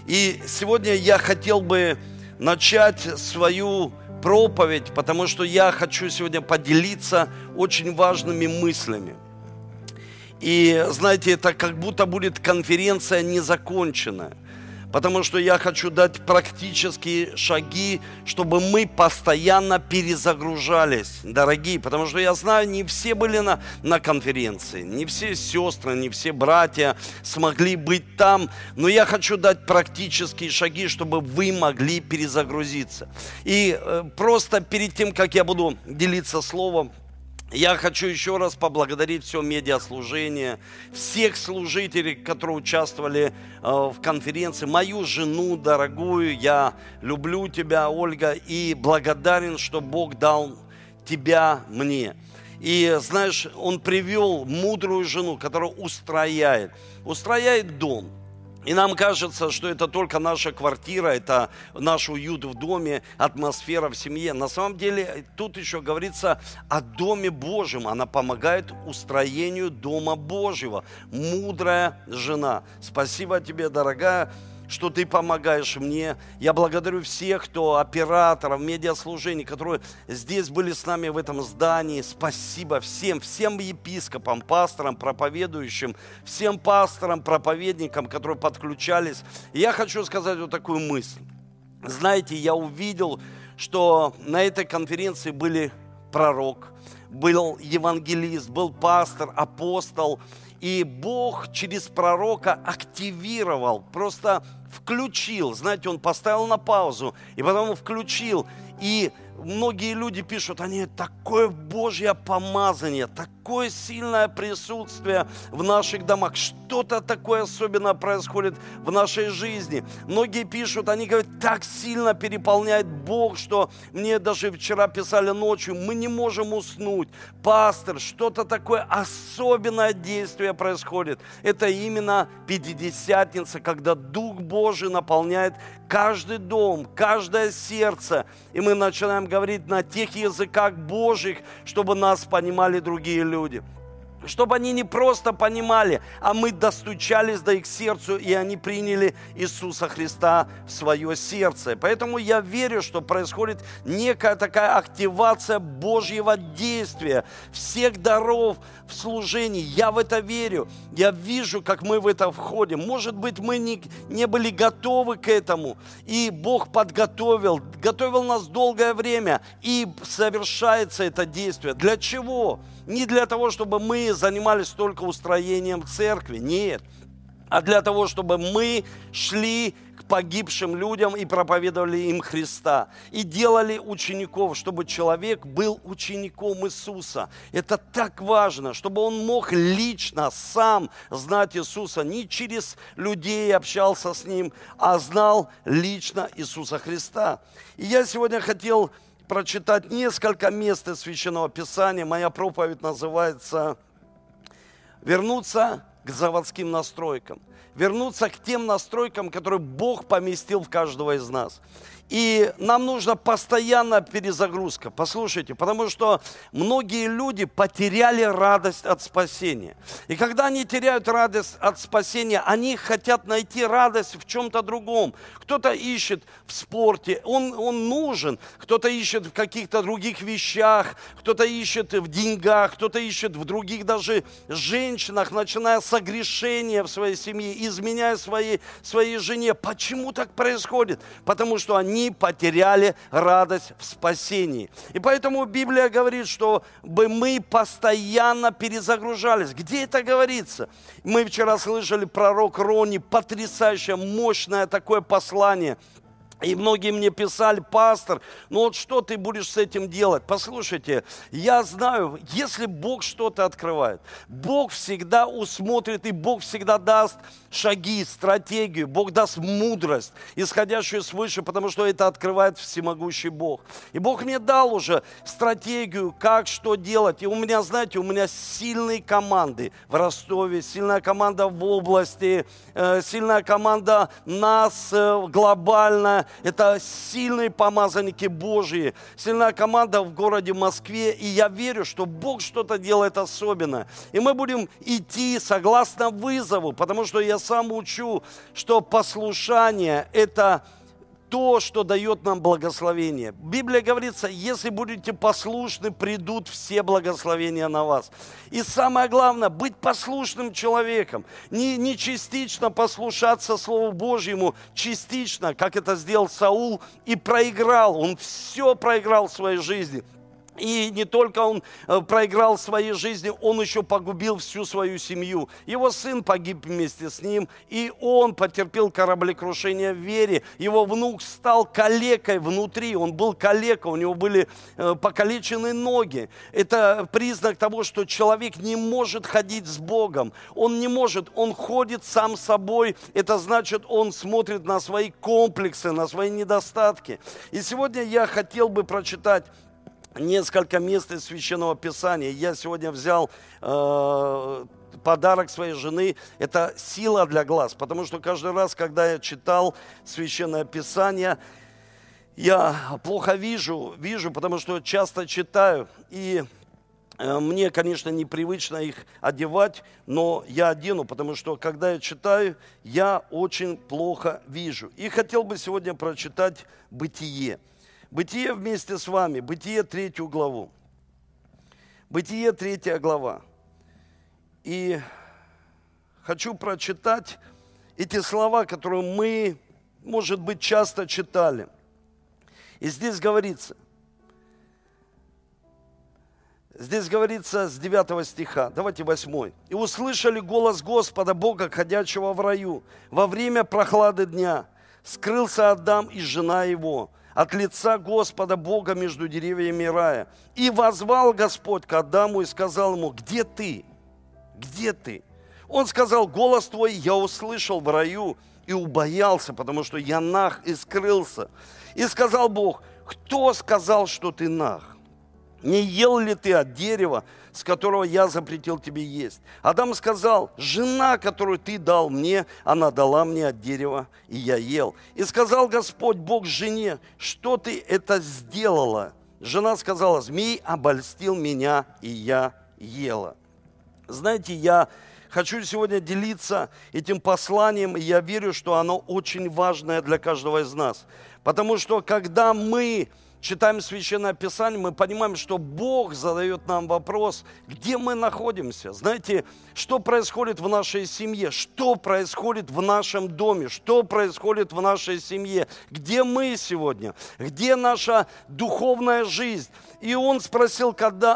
И сегодня я хотел бы начать свою проповедь, потому что я хочу сегодня поделиться очень важными мыслями. И знаете, это как будто будет конференция незаконченная. Потому что я хочу дать практические шаги, чтобы мы постоянно перезагружались, дорогие. Потому что я знаю, не все были на конференции, не все сестры, не все братья смогли быть там. Но я хочу дать практические шаги, чтобы вы могли перезагрузиться. И просто перед тем, как я буду делиться словом, я хочу еще раз поблагодарить все медиаслужение, всех служителей, которые участвовали в конференции, мою жену дорогую, я люблю тебя, Ольга, и благодарен, что Бог дал тебя мне. И знаешь, Он привел мудрую жену, которая устрояет дом. И нам кажется, что это только наша квартира, это наш уют в доме, атмосфера в семье. На самом деле, тут еще говорится о Доме Божьем. Она помогает устроению Дома Божьего. Мудрая жена. Спасибо тебе, дорогая, что ты помогаешь мне. Я благодарю всех, кто операторов, медиаслужений, которые здесь были с нами в этом здании. Спасибо всем епископам, пасторам, проповедующим, всем пасторам, проповедникам, которые подключались. И я хочу сказать вот такую мысль. Знаете, я увидел, что на этой конференции были пророк, был евангелист, был пастор, апостол. И Бог через пророка активировал, просто включил, знаете, Он поставил на паузу, и потом включил. И многие люди пишут, они такое Божье помазание, такое сильное присутствие в наших домах. Что-то такое особенное происходит в нашей жизни. Многие пишут, они говорят, так сильно переполняет Бог, что мне даже вчера писали ночью, мы не можем уснуть. Пастор, что-то такое особенное действие происходит. Это именно Пятидесятница, когда Дух Божий наполняет каждый дом, каждое сердце. И мы начинаем говорить на тех языках Божьих, чтобы нас понимали другие люди. Чтобы они не просто понимали, а мы достучались до их сердцу, и они приняли Иисуса Христа в свое сердце. Поэтому я верю, что происходит некая такая активация Божьего действия, всех даров в служении. Я в это верю. Я вижу, как мы в это входим. Может быть, мы не были готовы к этому, и Бог готовил нас долгое время, и совершается это действие. Для чего? Не для того, чтобы мы занимались только устроением церкви, нет. А для того, чтобы мы шли к погибшим людям и проповедовали им Христа. И делали учеников, чтобы человек был учеником Иисуса. Это так важно, чтобы он мог лично сам знать Иисуса. Не через людей общался с Ним, а знал лично Иисуса Христа. И я сегодня хотел прочитать несколько мест из Священного Писания. Моя проповедь называется «Вернуться к заводским настройкам». Вернуться к тем настройкам, которые Бог поместил в каждого из нас. И нам нужна постоянная перезагрузка. Послушайте, потому что многие люди потеряли радость от спасения. И когда они теряют радость от спасения, они хотят найти радость в чем-то другом. Кто-то ищет в спорте, он нужен. Кто-то ищет в каких-то других вещах, кто-то ищет в деньгах, кто-то ищет в других даже женщинах, начиная с согрешения в своей семье, изменяя своей жене. Почему так происходит? Потому что они потеряли радость в спасении. И поэтому Библия говорит, чтобы мы постоянно перезагружались. Где это говорится? Мы вчера слышали пророк Рони, потрясающее, мощное такое послание. И многие мне писали, пастор, ну вот что ты будешь с этим делать? Послушайте, я знаю, если Бог что-то открывает, Бог всегда усмотрит, и Бог всегда даст шаги, стратегию, Бог даст мудрость, исходящую свыше, потому что это открывает всемогущий Бог. И Бог мне дал уже стратегию, как, что делать. И у меня, знаете, сильные команды в Ростове, сильная команда в области, сильная команда нас глобально. это сильные помазанники Божьи, сильная команда в городе Москве, и я верю, что Бог что-то делает особенное. И мы будем идти согласно вызову, потому что я сам учу, что послушание – это то, что дает нам благословение. В Библии говорится, если будете послушны, придут все благословения на вас. И самое главное, быть послушным человеком. Не частично послушаться Слову Божьему, частично, как это сделал Саул, и проиграл. Он все проиграл в своей жизни. И не только он проиграл в своей жизни, он еще погубил всю свою семью. Его сын погиб вместе с ним, и он потерпел кораблекрушение в вере. Его внук стал калекой внутри, он был калека, у него были покалечены ноги. Это признак того, что человек не может ходить с Богом. Он не может, он ходит сам собой. Это значит, он смотрит на свои комплексы, на свои недостатки. И сегодня я хотел бы прочитать несколько мест из Священного Писания. Я сегодня взял подарок своей жены. Это сила для глаз. Потому что каждый раз, когда я читал Священное Писание, я плохо вижу, потому что часто читаю. И мне, конечно, непривычно их одевать, но я одену, потому что, когда я читаю, я очень плохо вижу. И хотел бы сегодня прочитать Бытие. Бытие вместе с вами, Бытие 3 главу. Бытие 3 глава. И хочу прочитать эти слова, которые мы, может быть, часто читали. И здесь говорится с 9 стиха, давайте 8. «И услышали голос Господа Бога, ходячего в раю, во время прохлады дня. Скрылся Адам и жена его от лица Господа Бога между деревьями рая. И возвал Господь к Адаму и сказал ему: где ты? Где ты? Он сказал: голос твой я услышал в раю и убоялся, потому что я наг и скрылся. И сказал Бог: кто сказал, что ты наг? Не ел ли ты от дерева, с которого я запретил тебе есть? Адам сказал: жена, которую ты дал мне, она дала мне от дерева, и я ел. И сказал Господь Бог жене: что ты это сделала? Жена сказала: змей обольстил меня, и я ела. Знаете, я хочу сегодня делиться этим посланием, и я верю, что оно очень важное для каждого из нас. Потому что когда мы читаем Священное Писание, мы понимаем, что Бог задает нам вопрос, где мы находимся. Знаете, что происходит в нашей семье, что происходит в нашем доме, что происходит в нашей семье, где мы сегодня, где наша духовная жизнь. И он спросил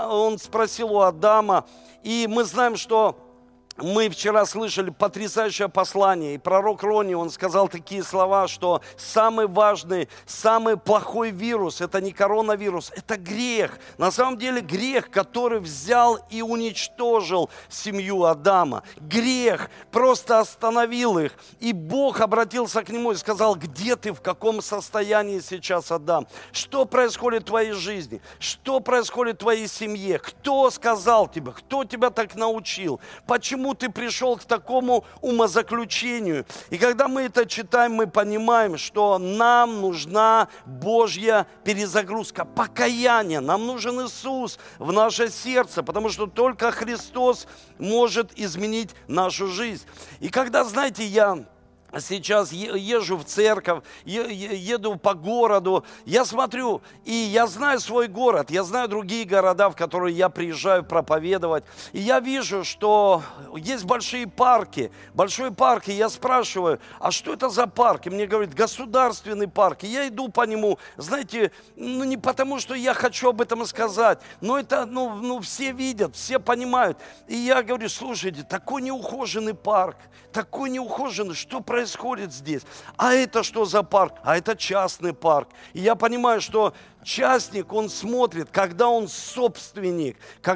у Адама, и мы знаем, что мы вчера слышали потрясающее послание, и пророк Рони, он сказал такие слова, что самый важный, самый плохой вирус – это не коронавирус, это грех. На самом деле грех, который взял и уничтожил семью Адама. Грех просто остановил их, и Бог обратился к нему и сказал: где ты, в каком состоянии сейчас, Адам? Что происходит в твоей жизни? Что происходит в твоей семье? Кто сказал тебе? Кто тебя так научил? Почему ты пришел к такому умозаключению? И когда мы это читаем, мы понимаем, что нам нужна Божья перезагрузка, покаяние. Нам нужен Иисус в наше сердце, потому что только Христос может изменить нашу жизнь. И когда, знаете, я сейчас езжу в церковь, еду по городу, я смотрю, и я знаю свой город, я знаю другие города, в которые я приезжаю проповедовать, и я вижу, что есть большие парки, большой парк, и я спрашиваю: а что это за парк? И мне говорят: государственный парк. И я иду по нему, знаете, не потому, что я хочу об этом сказать, но это, все видят, все понимают. И я говорю: слушайте, такой неухоженный парк, такой неухоженный, что происходит здесь? А это что за парк? А это частный парк. И я понимаю, что частник, он смотрит, когда он собственник,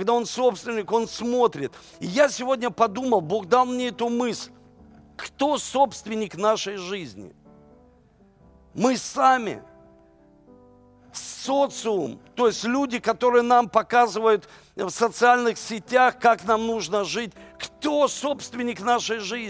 он смотрит. И я сегодня подумал, Бог дал мне эту мысль: кто собственник нашей жизни? Мы сами. Социум, то есть люди, которые нам показывают в социальных сетях, как нам нужно жить. Кто собственник нашей жизни?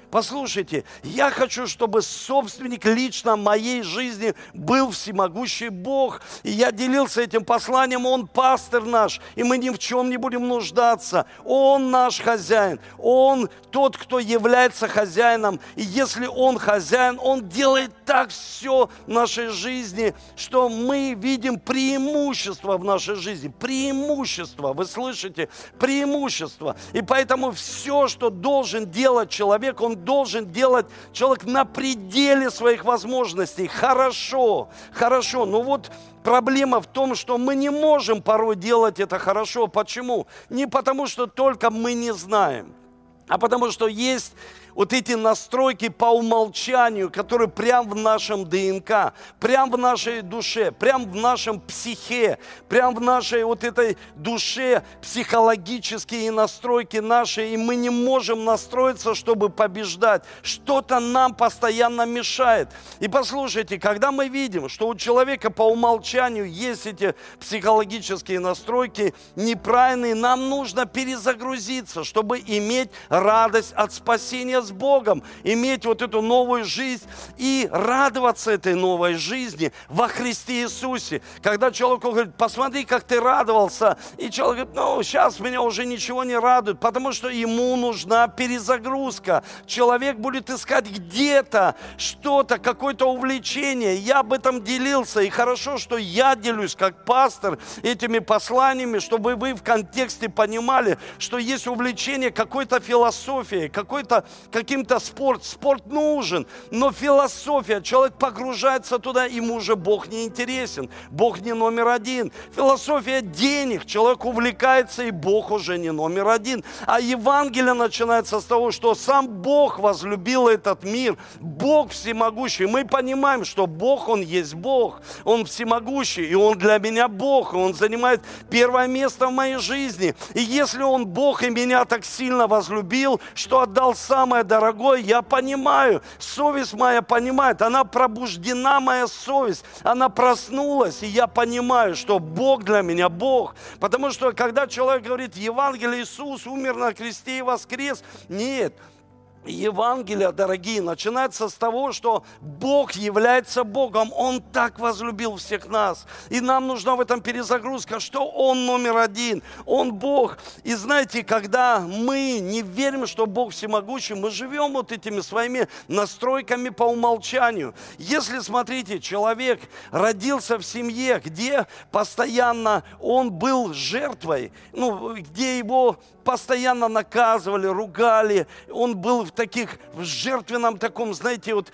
Послушайте, я хочу, чтобы собственник лично моей жизни был всемогущий Бог. И я делился этим посланием, Он пастырь наш, и мы ни в чем не будем нуждаться. Он наш хозяин, Он тот, кто является хозяином. И если Он хозяин, Он делает так все в нашей жизни, что мы видим преимущество в нашей жизни. Преимущество, вы слышите? Преимущество. И поэтому все, что должен делать человек, он должен делать человек на пределе своих возможностей. Хорошо, хорошо. Но вот проблема в том, что мы не можем порой делать это хорошо. Почему? Не потому, что только мы не знаем, а потому что есть вот эти настройки по умолчанию, которые прямо в нашем ДНК, прямо в нашей душе, прямо в нашем психе, прямо в нашей вот этой душе психологические настройки наши, и мы не можем настроиться, чтобы побеждать. Что-то нам постоянно мешает. И послушайте, когда мы видим, что у человека по умолчанию есть эти психологические настройки неправильные, нам нужно перезагрузиться, чтобы иметь радость от спасения с Богом, иметь вот эту новую жизнь и радоваться этой новой жизни во Христе Иисусе. Когда человек говорит, посмотри, как ты радовался, и человек говорит, ну, сейчас меня уже ничего не радует, потому что ему нужна перезагрузка. Человек будет искать где-то что-то, какое-то увлечение. Я об этом делился, и хорошо, что я делюсь как пастор этими посланиями, чтобы вы в контексте понимали, что есть увлечение какой-то философией, каким-то спорт. Спорт нужен, но философия, человек погружается туда, ему уже Бог не интересен. Бог не номер один. Философия денег, человек увлекается, и Бог уже не номер один. А Евангелие начинается с того, что сам Бог возлюбил этот мир. Бог всемогущий. Мы понимаем, что Бог, Он есть Бог. Он всемогущий, и Он для меня Бог. И Он занимает первое место в моей жизни. И если Он Бог и меня так сильно возлюбил, что отдал самое дорогое, я понимаю, совесть моя понимает, она пробуждена, моя совесть, она проснулась, и я понимаю, что Бог для меня Бог. Потому что, когда человек говорит, Евангелие, Иисус умер на кресте и воскрес, нет. Евангелие, дорогие, начинается с того, что Бог является Богом. Он так возлюбил всех нас. И нам нужна в этом перезагрузка, что Он номер один. Он Бог. И знаете, когда мы не верим, что Бог всемогущий, мы живем вот этими своими настройками по умолчанию. Если, смотрите, человек родился в семье, где постоянно он был жертвой, где его постоянно наказывали, ругали, он был в жертвенном таком, знаете, вот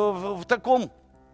в таком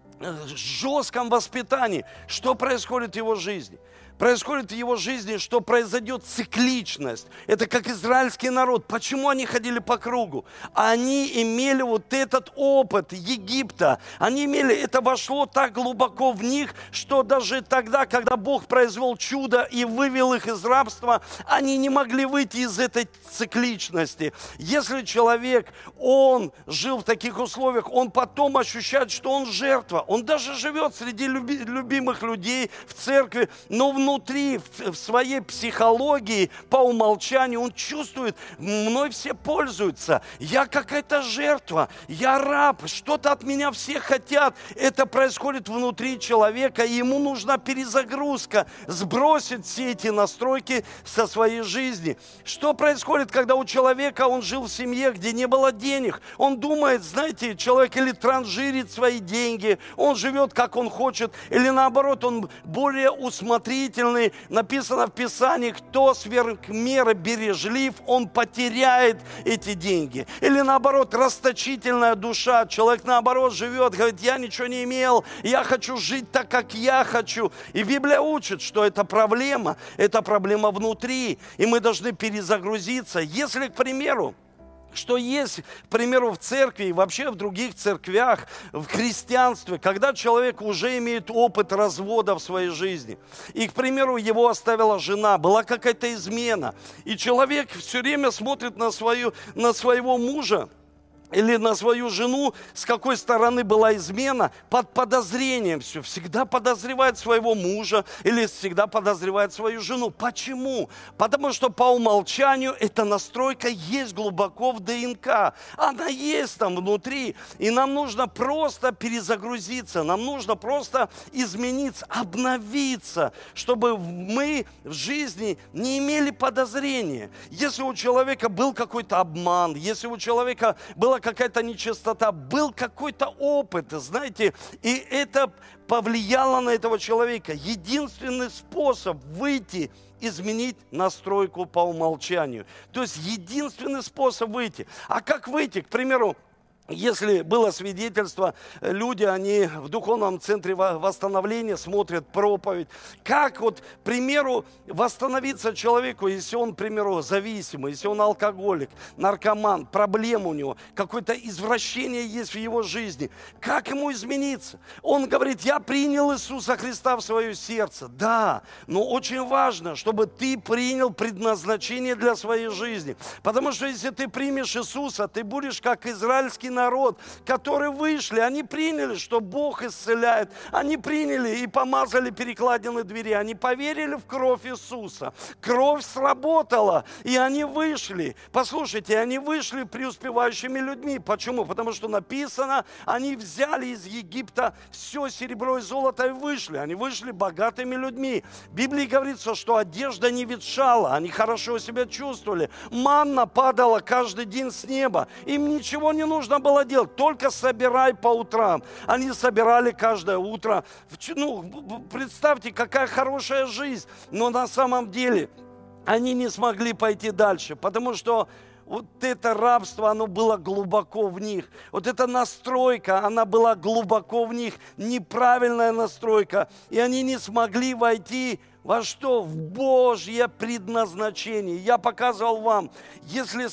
жестком воспитании. Что происходит в его жизни? Происходит в его жизни, что произойдет цикличность. Это как израильский народ. Почему они ходили по кругу? Они имели вот этот опыт Египта. Это вошло так глубоко в них, что даже тогда, когда Бог произвел чудо и вывел их из рабства, они не могли выйти из этой цикличности. Если человек, он жил в таких условиях, он потом ощущает, что он жертва. Он даже живет среди любимых людей в церкви, но внутри, в своей психологии, по умолчанию, он чувствует, мной все пользуются, я какая-то жертва, я раб, что-то от меня все хотят. Это происходит внутри человека, и ему нужна перезагрузка, сбросить все эти настройки со своей жизни. Что происходит, когда у человека, он жил в семье, где не было денег? Он думает, знаете, человек или транжирит свои деньги, он живет, как он хочет, или наоборот, он более усмотрительный. Написано в Писании, кто сверх меры бережлив, он потеряет эти деньги. Или наоборот, расточительная душа. Человек наоборот живет, говорит, я ничего не имел, я хочу жить так, как я хочу. И Библия учит, что это проблема внутри, и мы должны перезагрузиться. Если, к примеру, что есть, к примеру, в церкви и вообще в других церквях, в христианстве, когда человек уже имеет опыт развода в своей жизни. И, к примеру, его оставила жена, была какая-то измена. И человек все время смотрит на своего мужа или на свою жену, с какой стороны была измена, под подозрением все. Всегда подозревает своего мужа или всегда подозревает свою жену. Почему? Потому что по умолчанию эта настройка есть глубоко в ДНК. Она есть там внутри. И нам нужно просто перезагрузиться, нам нужно просто измениться, обновиться, чтобы мы в жизни не имели подозрения. Если у человека был какой-то обман, если у человека была какая-то нечистота, был какой-то опыт, знаете, и это повлияло на этого человека. Единственный способ выйти, изменить настройку по умолчанию. То есть единственный способ выйти. А как выйти? К примеру, если было свидетельство, люди, они в духовном центре восстановления смотрят проповедь. Как вот, к примеру, восстановиться человеку, если он, к примеру, зависимый, если он алкоголик, наркоман, проблема у него, какое-то извращение есть в его жизни. Как ему измениться? Он говорит, я принял Иисуса Христа в свое сердце. Да, но очень важно, чтобы ты принял предназначение для своей жизни. Потому что если ты примешь Иисуса, ты будешь как израильский народ, которые вышли, они приняли, что Бог исцеляет, они приняли и помазали перекладины двери, они поверили в кровь Иисуса, кровь сработала, и они вышли. Послушайте, они вышли преуспевающими людьми. Почему? Потому что написано, они взяли из Египта все серебро и золото и вышли. Они вышли богатыми людьми. В Библии говорится, что одежда не ветшала, они хорошо себя чувствовали. Манна падала каждый день с неба. Им ничего не нужно было делать, только собирай по утрам. Они собирали каждое утро. Представьте, какая хорошая жизнь. Но на самом деле они не смогли пойти дальше, потому что вот это рабство, оно было глубоко в них. Вот эта настройка, она была глубоко в них. Неправильная настройка. И они не смогли войти во что? В Божье предназначение. Я показывал вам, если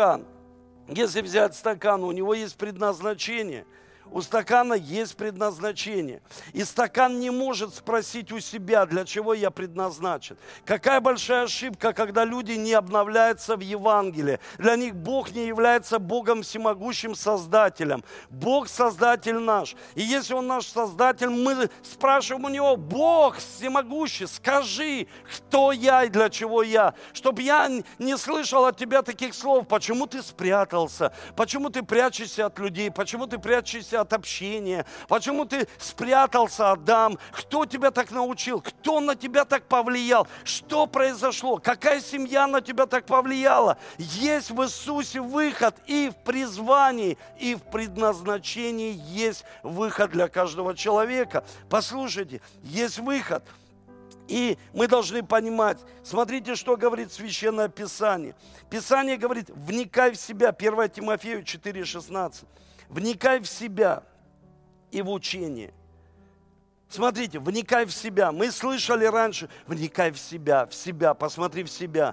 взять стакан, у него есть предназначение. У стакана есть предназначение. И стакан не может спросить у себя, для чего я предназначен. Какая большая ошибка, когда люди не обновляются в Евангелии. Для них Бог не является Богом всемогущим Создателем. Бог Создатель наш. И если Он наш Создатель, мы спрашиваем у Него, Бог всемогущий, скажи, кто я и для чего я. Чтобы я не слышал от Тебя таких слов, почему ты спрятался, почему ты прячешься от людей, почему ты прячешься от общения, почему ты спрятался, Адам, кто тебя так научил, кто на тебя так повлиял, что произошло, какая семья на тебя так повлияла. Есть в Иисусе выход и в призвании, и в предназначении есть выход для каждого человека. Послушайте, есть выход. И мы должны понимать, смотрите, что говорит Священное Писание. Писание говорит, вникай в себя, 1 Тимофею 4,16. Вникай в себя и в учение. Смотрите, вникай в себя. Мы слышали раньше, вникай в себя, посмотри в себя,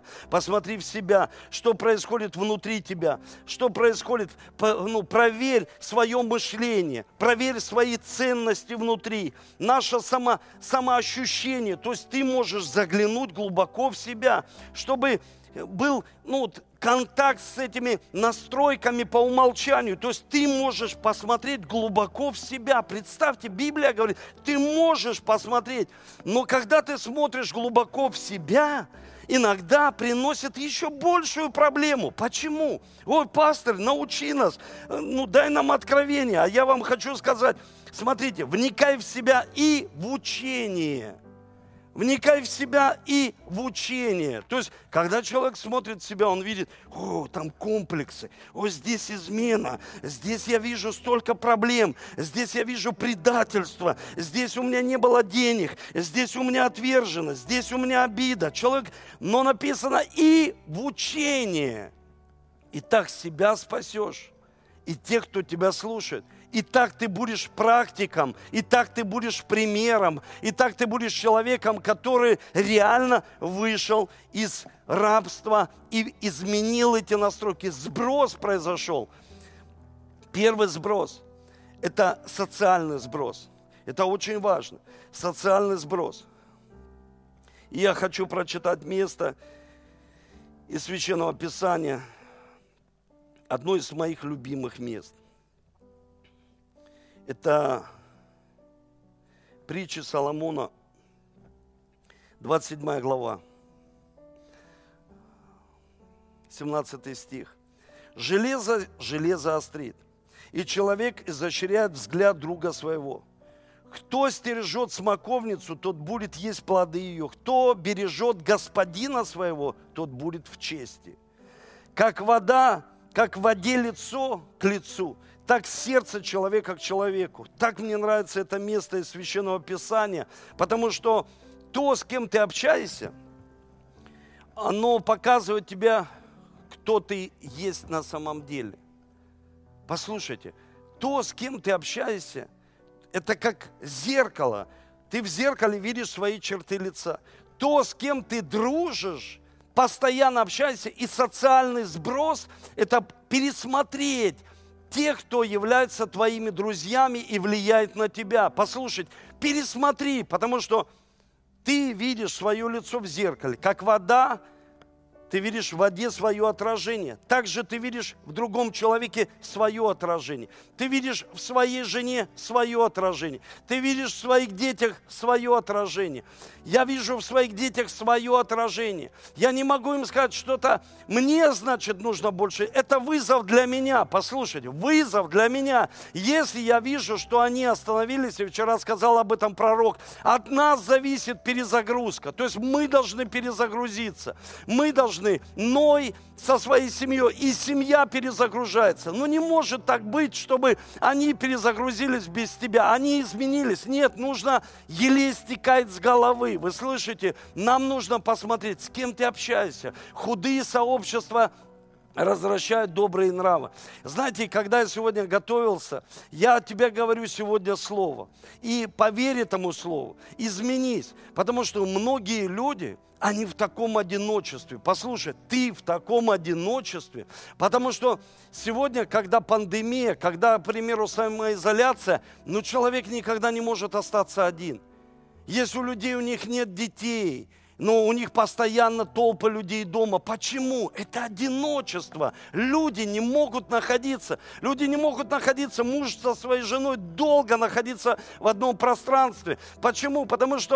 что происходит внутри тебя, что происходит, проверь свое мышление, проверь свои ценности внутри, наше самоощущение. То есть ты можешь заглянуть глубоко в себя, чтобы был контакт с этими настройками по умолчанию. То есть ты можешь посмотреть глубоко в себя. Представьте, Библия говорит, ты можешь посмотреть. Но когда ты смотришь глубоко в себя, иногда приносит еще большую проблему. Почему? Ой, пастор, научи нас, дай нам откровение. А я вам хочу сказать, смотрите, вникай в себя и в учение. Вникай в себя и в учение. То есть, когда человек смотрит в себя, он видит, там комплексы, здесь измена, здесь я вижу столько проблем, здесь я вижу предательство, здесь у меня не было денег, здесь у меня отверженность, здесь у меня обида. Но написано и в учение. И так себя спасешь, и тех, кто тебя слушает. И так ты будешь практиком, и так ты будешь примером, и так ты будешь человеком, который реально вышел из рабства и изменил эти настройки. Сброс произошел. Первый сброс – это социальный сброс. Это очень важно. Социальный сброс. И я хочу прочитать место из Священного Писания одно из моих любимых мест. Это притчи Соломона, 27 глава, 17 стих. «Железо железо острит, и человек изощряет взгляд друга своего. Кто стережет смоковницу, тот будет есть плоды ее. Кто бережет господина своего, тот будет в чести. Как вода, как в воде лицо к лицу, так сердце человека к человеку». Так мне нравится это место из Священного Писания, потому что то, с кем ты общаешься, оно показывает тебе, кто ты есть на самом деле. Послушайте, то, с кем ты общаешься, это как зеркало. Ты в зеркале видишь свои черты лица. То, с кем ты дружишь, постоянно общаешься, и социальный сброс – это пересмотреть тех, кто является твоими друзьями и влияет на тебя. Послушай, пересмотри, потому что ты видишь свое лицо в зеркале, как вода. Ты видишь в воде свое отражение. Также ты видишь в другом человеке свое отражение. Ты видишь в своей жене свое отражение. Ты видишь в своих детях свое отражение. Я вижу в своих детях свое отражение. Я не могу им сказать что-то, мне, значит, нужно больше. Это вызов для меня. Послушайте, вызов для меня. Если я вижу, что они остановились, и вчера сказал об этом пророк, от нас зависит перезагрузка. То есть мы должны перезагрузиться. Мы должны. Ной со своей семьей, и семья перезагружается. Но не может так быть, чтобы они перезагрузились без тебя. Они изменились. Нет, нужно елей стекать с головы. Вы слышите? Нам нужно посмотреть, с кем ты общаешься. Худые сообщества развращают добрые нравы. Знаете, когда я сегодня готовился, я тебе говорю сегодня слово. И поверь этому слову, изменись. Потому что многие люди, они в таком одиночестве. Послушай, ты в таком одиночестве, потому что сегодня, когда пандемия, когда, к примеру, самоизоляция, человек никогда не может остаться один. Если у людей, у них нет детей, но у них постоянно толпа людей дома. Почему? Это одиночество. Люди не могут находиться. Люди не могут находиться, муж со своей женой, долго находиться в одном пространстве. Почему?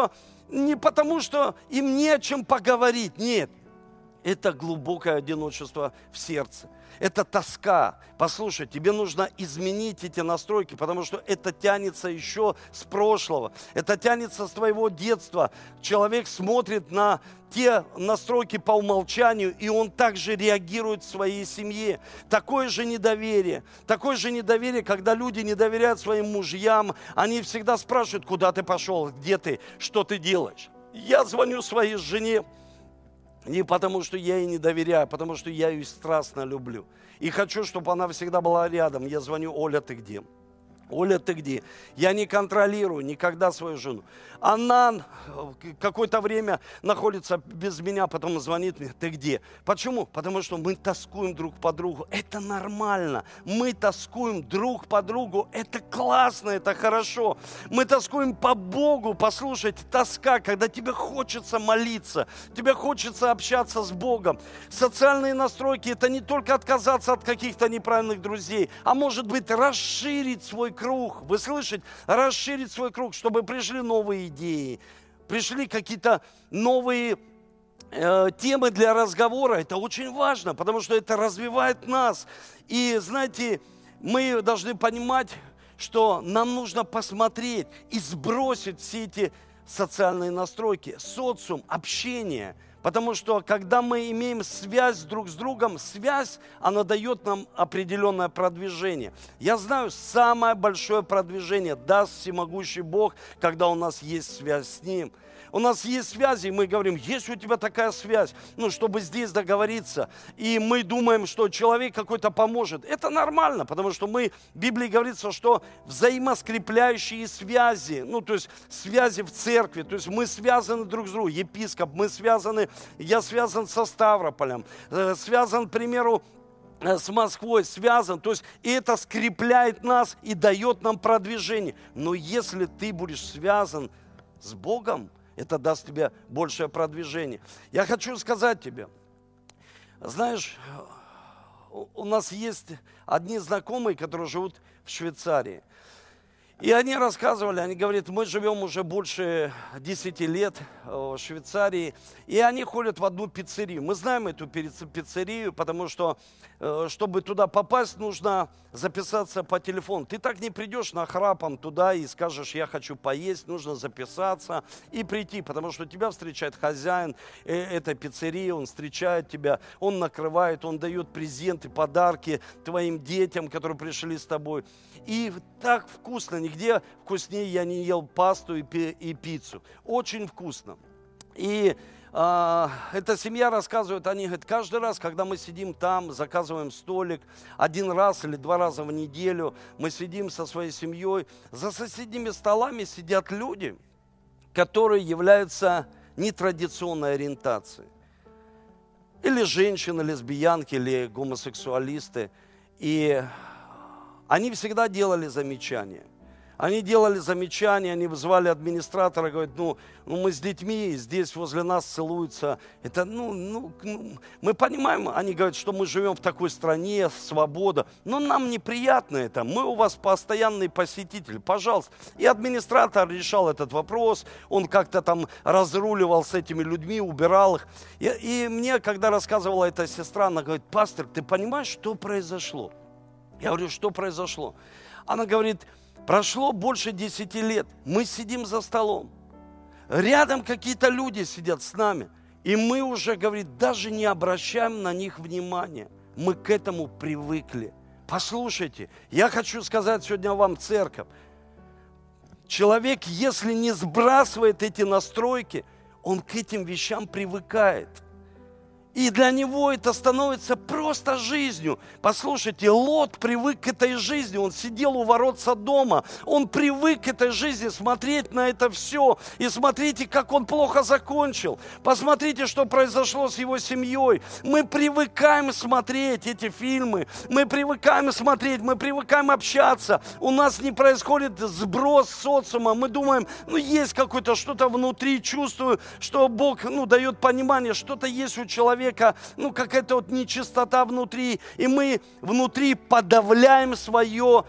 Не потому, что им не о чем поговорить. Нет. Это глубокое одиночество в сердце. Это тоска. Послушай, тебе нужно изменить эти настройки, потому что это тянется еще с прошлого. Это тянется с твоего детства. Человек смотрит на те настройки по умолчанию, и он также реагирует в своей семье. Такое же недоверие, когда люди не доверяют своим мужьям, они всегда спрашивают, куда ты пошел, где ты, что ты делаешь. Я звоню своей жене, не потому, что я ей не доверяю, а потому, что я ее страстно люблю. И хочу, чтобы она всегда была рядом. Я звоню: Оля, ты где? Оля, ты где? Я не контролирую никогда свою жену. Она какое-то время находится без меня, потом звонит мне: ты где? Почему? Потому что мы тоскуем друг по другу. Это нормально. Мы тоскуем друг по другу. Это классно, это хорошо. Мы тоскуем по Богу. Послушайте, тоска, когда тебе хочется молиться, тебе хочется общаться с Богом. Социальные настройки – это не только отказаться от каких-то неправильных друзей, а может быть расширить свой круг. Вы слышите? Расширить свой круг, чтобы пришли новые идеи, пришли какие-то новые темы для разговора. Это очень важно, потому что это развивает нас. И знаете, мы должны понимать, что нам нужно посмотреть и сбросить все эти социальные настройки, социум, общение. Потому что, когда мы имеем связь друг с другом, связь, она дает нам определенное продвижение. Я знаю, самое большое продвижение даст всемогущий Бог, когда у нас есть связь с Ним. У нас есть связи, и мы говорим: есть у тебя такая связь, чтобы здесь договориться. И мы думаем, что человек какой-то поможет. Это нормально, потому что в Библии говорится, что взаимоскрепляющие связи, то есть связи в церкви, то есть мы связаны друг с другом. Епископ, я связан со Ставрополем, связан, к примеру, с Москвой, связан. То есть это скрепляет нас и дает нам продвижение. Но если ты будешь связан с Богом, это даст тебе большее продвижение. Я хочу сказать тебе, знаешь, у нас есть одни знакомые, которые живут в Швейцарии. И они рассказывали, они говорят, мы живем уже больше 10 лет в Швейцарии, и они ходят в одну пиццерию. Мы знаем эту пиццерию, потому что, чтобы туда попасть, нужно записаться по телефону. Ты так не придешь нахрапом туда и скажешь, я хочу поесть, нужно записаться и прийти, потому что тебя встречает хозяин этой пиццерии, он встречает тебя, он накрывает, он дает презенты, подарки твоим детям, которые пришли с тобой. И так вкусно, нигде вкуснее я не ел пасту и пиццу. Очень вкусно. И эта семья рассказывает, они говорят, каждый раз, когда мы сидим там, заказываем столик, 1 раз или 2 раза в неделю, мы сидим со своей семьей, за соседними столами сидят люди, которые являются нетрадиционной ориентацией. Или женщины, лесбиянки, или гомосексуалисты. И они всегда делали замечания. Они делали замечания, они вызывали администратора, говорят, ну мы с детьми, здесь возле нас целуются. Это, мы понимаем, они говорят, что мы живем в такой стране, свобода, но нам неприятно это, мы у вас постоянный посетитель, пожалуйста. И администратор решал этот вопрос, он как-то там разруливал с этими людьми, убирал их. И мне, когда рассказывала эта сестра, она говорит, пастор, ты понимаешь, что произошло? Я говорю, что произошло? Она говорит, прошло больше 10 лет, мы сидим за столом, рядом какие-то люди сидят с нами, и мы уже, говорит, даже не обращаем на них внимания, мы к этому привыкли. Послушайте, я хочу сказать сегодня вам, церковь, человек, если не сбрасывает эти настройки, он к этим вещам привыкает. И для него это становится просто жизнью. Послушайте, Лот привык к этой жизни. Он сидел у ворот Содома. Он привык к этой жизни, смотреть на это все. И смотрите, как он плохо закончил. Посмотрите, что произошло с его семьей. Мы привыкаем смотреть эти фильмы. Мы привыкаем смотреть, мы привыкаем общаться. У нас не происходит сброс социума. Мы думаем, есть какое-то что-то внутри, чувствую, что Бог дает понимание, что-то есть у человека. Какая-то вот нечистота внутри, и мы внутри подавляем свое,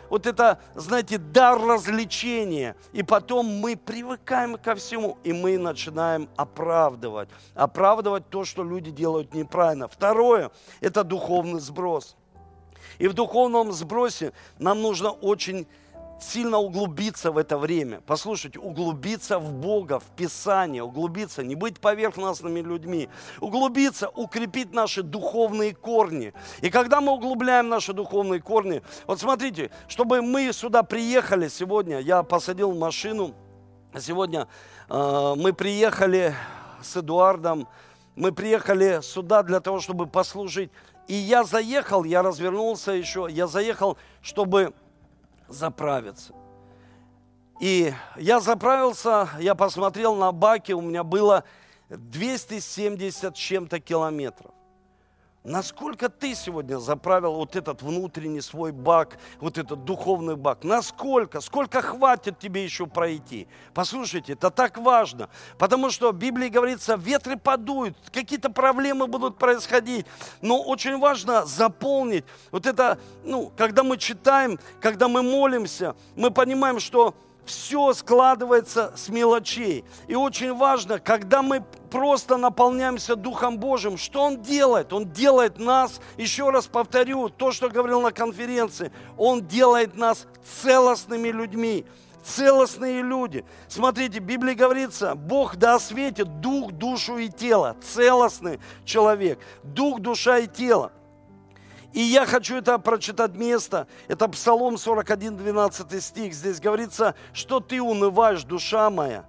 дар развлечения, и потом мы привыкаем ко всему, и мы начинаем оправдывать то, что люди делают неправильно. Второе, это духовный сброс. И в духовном сбросе нам нужно очень сильно углубиться в это время. Послушайте, углубиться в Бога, в Писание, углубиться, не быть поверхностными людьми, углубиться, укрепить наши духовные корни. И когда мы углубляем наши духовные корни, вот смотрите, чтобы мы сюда приехали сегодня, я посадил машину, сегодня мы приехали с Эдуардом, мы приехали сюда для того, чтобы послужить. И я заехал, я развернулся еще, я заехал, чтобы заправиться. И я заправился, я посмотрел на баке, у меня было 270 с чем-то километров. Насколько ты сегодня заправил вот этот внутренний свой бак, вот этот духовный бак? Насколько? Сколько хватит тебе еще пройти? Послушайте, это так важно, потому что в Библии говорится, ветры подуют, какие-то проблемы будут происходить, но очень важно заполнить вот это, когда мы читаем, когда мы молимся, мы понимаем, что все складывается с мелочей. И очень важно, когда мы просто наполняемся Духом Божьим, что Он делает? Он делает нас, еще раз повторю, то, что говорил на конференции, Он делает нас целостными людьми. Целостные люди. Смотрите, в Библии говорится, Бог да осветит дух, душу и тело. Целостный человек. Дух, душа и тело. И я хочу это прочитать место. Это Псалом 41, 12 стих. Здесь говорится, что ты унываешь, душа моя.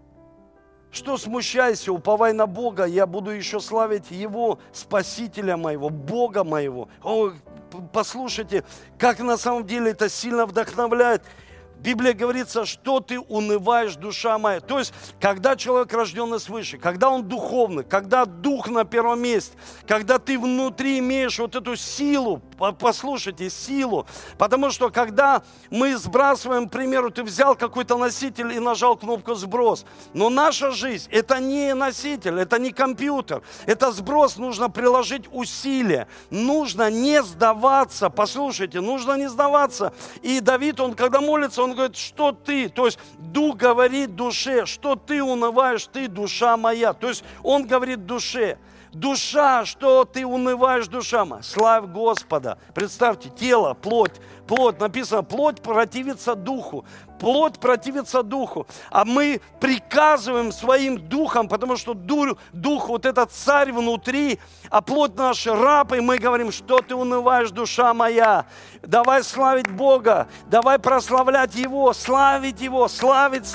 Что смущайся, уповай на Бога. Я буду еще славить Его, Спасителя моего, Бога моего. О, послушайте, как на самом деле это сильно вдохновляет. Библия говорится, что ты унываешь, душа моя. То есть, когда человек рожденный свыше, когда он духовный, когда дух на первом месте, когда ты внутри имеешь вот эту силу, послушайте, силу. Потому что, когда мы сбрасываем, к примеру, ты взял какой-то носитель и нажал кнопку «сброс». Но наша жизнь – это не носитель, это не компьютер. Это сброс, нужно приложить усилия. Нужно не сдаваться. Послушайте, нужно не сдаваться. И Давид, он когда молится, он говорит, что ты, то есть дух говорит душе, что ты унываешь, ты, душа моя. То есть он говорит душе. Душа, что ты унываешь, душа моя? Славь Господа. Представьте, тело, плоть, написано, плоть противится духу. Плоть противится духу. А мы приказываем своим духом, потому что дух, вот этот царь внутри, а плоть наша раб, и мы говорим, что ты унываешь, душа моя. Давай славить Бога, давай прославлять Его, славить Его, славить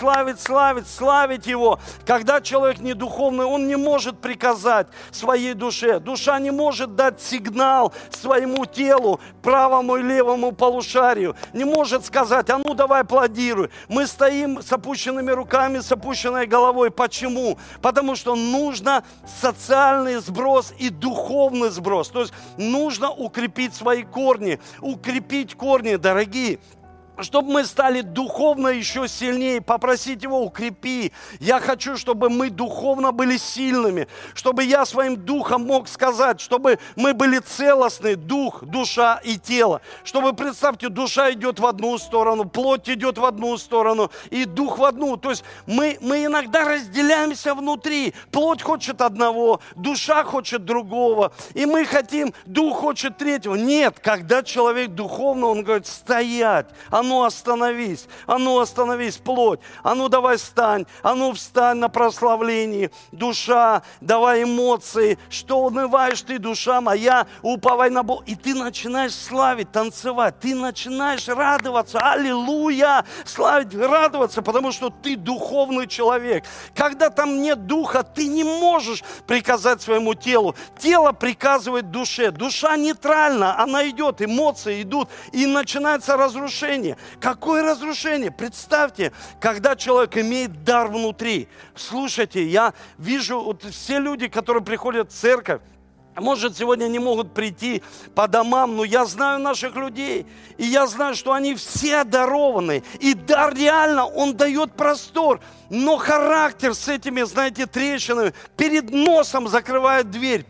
Его. Когда человек не духовный, он не может приказать своей душе. Душа не может дать сигнал своему телу, правому и левому полушарию. Не может сказать, а ну давай аплодируй. Мы стоим с опущенными руками, с опущенной головой. Почему? Потому что нужно социальный сброс и духовный сброс. То есть нужно укрепить свои корни, укрепить корни, дорогие. Чтобы мы стали духовно еще сильнее, попросить Его, укрепи. Я хочу, чтобы мы духовно были сильными, чтобы я своим духом мог сказать, чтобы мы были целостны, дух, душа и тело. Чтобы, представьте, душа идет в одну сторону, плоть идет в одну сторону и дух в одну. То есть мы иногда разделяемся внутри. Плоть хочет одного, душа хочет другого, и мы хотим, дух хочет третьего. Нет, когда человек духовно, он говорит, стоять, а ну остановись, плоть, а ну давай встань, а ну встань на прославлении, душа, давай эмоции, что унываешь ты, душа моя, уповай на Бога. И ты начинаешь славить, танцевать, ты начинаешь радоваться, аллилуйя, славить, радоваться, потому что ты духовный человек. Когда там нет духа, ты не можешь приказать своему телу. Тело приказывает душе, душа нейтральна, она идет, эмоции идут, и начинается разрушение. Какое разрушение? Представьте, когда человек имеет дар внутри. Слушайте, я вижу, вот все люди, которые приходят в церковь, может, сегодня не могут прийти по домам, но я знаю наших людей, и я знаю, что они все одарованы. И дар реально, он дает простор, но характер с этими, знаете, трещинами перед носом закрывает дверь,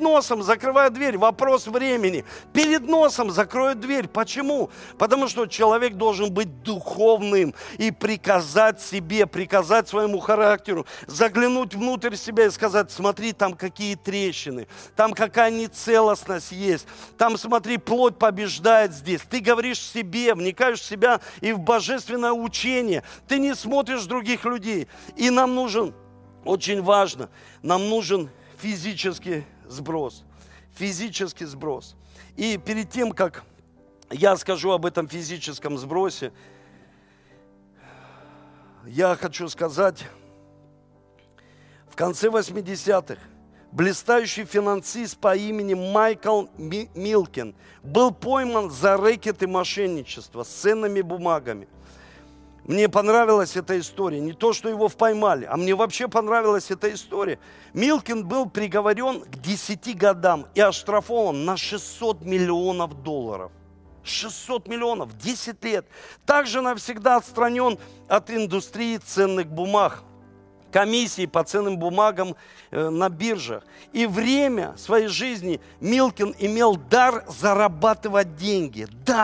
вопрос времени, перед носом закроет дверь. Почему? Потому что человек должен быть духовным и приказать себе, приказать своему характеру, заглянуть внутрь себя и сказать, смотри, там какие трещины, там какая нецелостность есть. Там, смотри, плоть побеждает здесь. Ты говоришь себе, вникаешь в себя и в божественное учение. Ты не смотришь других людей. И нам нужен, очень важно, нам нужен физический сброс. Физический сброс. И перед тем, как я скажу об этом физическом сбросе, я хочу сказать, в конце 80-х блистающий финансист по имени Майкл Милкин был пойман за рэкет и мошенничество с ценными бумагами. Мне понравилась эта история. Не то, что его поймали, а мне вообще понравилась эта история. Милкин был приговорен к 10 годам и оштрафован на $600 миллионов. 600 миллионов, 10 лет. Также навсегда отстранен от индустрии ценных бумаг, комиссии по ценным бумагам на биржах. И время своей жизни Милкин имел дар зарабатывать деньги.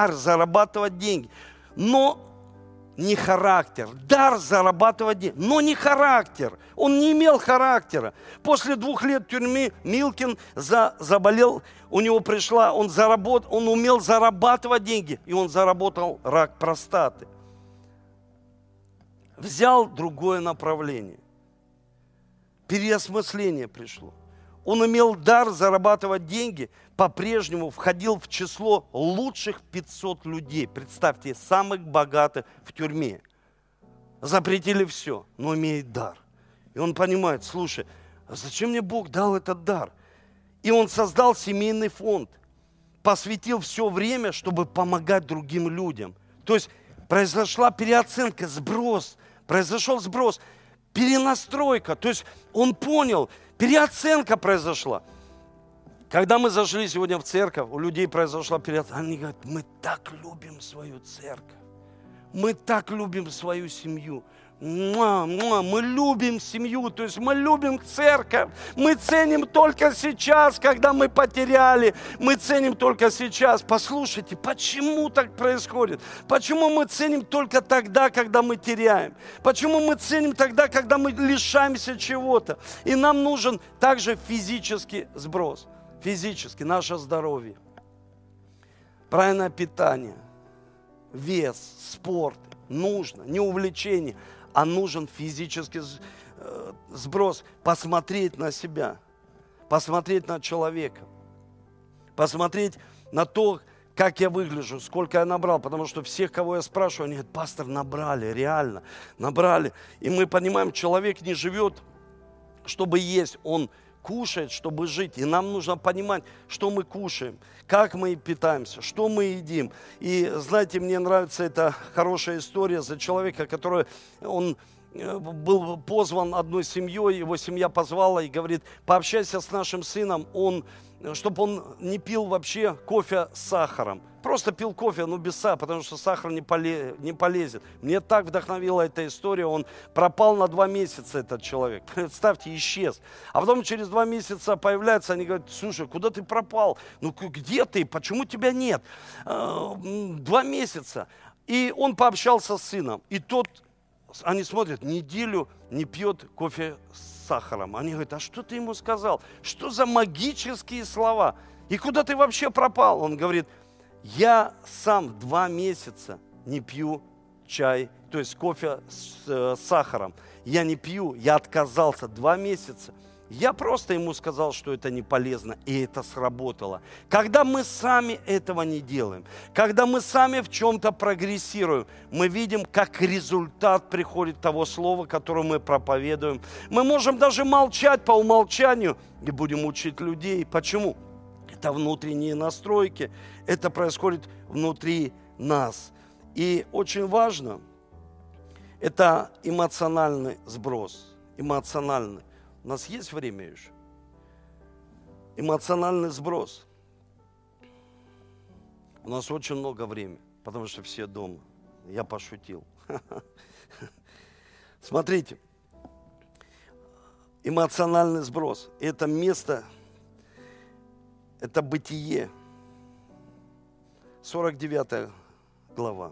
Но не характер. Дар зарабатывать деньги, но не характер. Он не имел характера. После 2 лет тюрьмы Милкин заболел, он умел зарабатывать деньги, и он заработал рак простаты. Взял другое направление. Переосмысление пришло. Он имел дар зарабатывать деньги, по-прежнему входил в число лучших 500 людей. Представьте, самых богатых в тюрьме. Запретили все, но имеет дар. И он понимает, слушай, а зачем мне Бог дал этот дар? И он создал семейный фонд, посвятил все время, чтобы помогать другим людям. То есть произошла переоценка, сброс, произошел сброс, перенастройка. То есть он понял, переоценка произошла. Когда мы зашли сегодня в церковь, у людей произошла переоценка. Они говорят, мы так любим свою церковь, мы так любим свою семью. Мы любим семью, то есть мы любим церковь. Мы ценим только сейчас, когда мы потеряли. Мы ценим только сейчас. Послушайте, почему так происходит? Почему мы ценим только тогда, когда мы теряем? Почему мы ценим тогда, когда мы лишаемся чего-то? И нам нужен также физический сброс. Физически, наше здоровье, правильное питание, вес, спорт. Нужно, не увлечение, а нужен физический сброс. Посмотреть на себя, посмотреть на человека, посмотреть на то, как я выгляжу, сколько я набрал. Потому что всех, кого я спрашиваю, они говорят, пастор, набрали, реально, набрали. И мы понимаем, человек не живет, чтобы есть, он кушает, чтобы жить. И нам нужно понимать, что мы кушаем, как мы питаемся, что мы едим. И знаете, мне нравится эта хорошая история за человека, который, он был позван одной семьей, его семья позвала и говорит, пообщайся с нашим сыном, чтобы он не пил вообще кофе с сахаром. Просто пил кофе, но без сахара, потому что сахар не полезет. Мне так вдохновила эта история. Он пропал на 2 месяца, этот человек. Представьте, исчез. А потом через 2 месяца появляется, они говорят, слушай, куда ты пропал? Ну где ты? Почему тебя нет? 2 месяца. И он пообщался с сыном. И они смотрят, неделю не пьет кофе с сахаром. Они говорят, а что ты ему сказал? Что за магические слова? И куда ты вообще пропал? Он говорит, я сам 2 месяца не пью чай, то есть кофе с сахаром. Я не пью, я отказался 2 месяца. Я просто ему сказал, что это не полезно, и это сработало. Когда мы сами этого не делаем, когда мы сами в чем-то прогрессируем, мы видим, как результат приходит того слова, которое мы проповедуем. Мы можем даже молчать по умолчанию и будем учить людей. Почему? Это внутренние настройки, это происходит внутри нас. И очень важно, это эмоциональный сброс, эмоциональный. У нас есть время еще? Эмоциональный сброс. У нас очень много времени, потому что все дома. Я пошутил. Смотрите, эмоциональный сброс. Это место, это Бытие, 49 глава,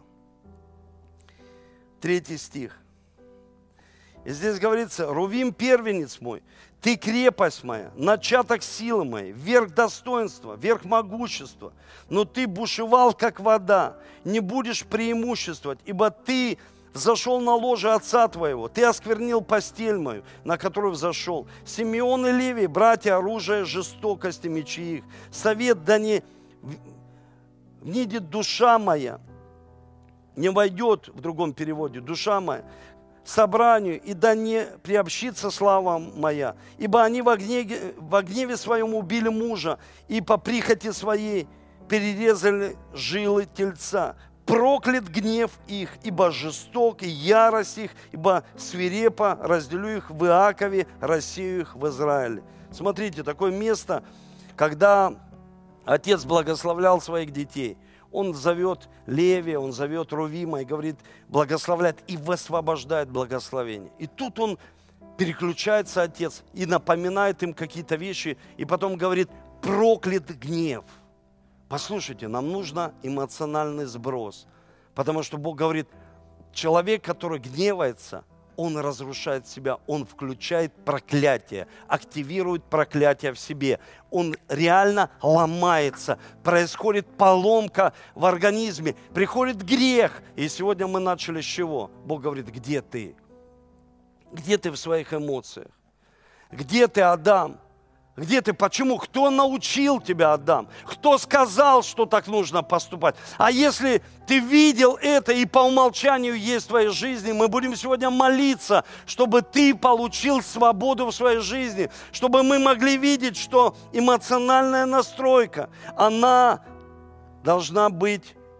3 стих. И здесь говорится, Рувим, первенец мой, ты крепость моя, начаток силы моей, верх достоинства, верх могущества. Но ты бушевал, как вода, не будешь преимуществовать, ибо ты взошел на ложе отца твоего, ты осквернил постель мою, на которую взошел. Симеон и Левий, братья, оружие жестокости, мечи их. Совет да не внидит душа моя, не войдет, в другом переводе, душа моя, собранию, и да не приобщится слава моя, ибо они во гневе своем убили мужа, и по прихоти своей перерезали жилы тельца. Проклят гнев их, ибо жесток, и ярость их, ибо свирепо разделю их в Иакове, рассею их в Израиле. Смотрите, такое место, когда отец благословлял своих детей. Он зовет Левия, он зовет Рувима и говорит, благословляет и высвобождает благословение. И тут он переключается, отец, и напоминает им какие-то вещи, и потом говорит, проклят гнев. Послушайте, нам нужно эмоциональный сброс, потому что Бог говорит, человек, который гневается, он разрушает себя, он включает проклятие, активирует проклятие в себе. Он реально ломается, происходит поломка в организме, приходит грех. И сегодня мы начали с чего? Бог говорит, где ты? Где ты в своих эмоциях? Где ты, Адам? Где ты? Почему? Кто научил тебя, Адам? Кто сказал, что так нужно поступать? А если ты видел это и по умолчанию есть в твоей жизни, мы будем сегодня молиться, чтобы ты получил свободу в своей жизни, чтобы мы могли видеть, что эмоциональная настройка, она должна быть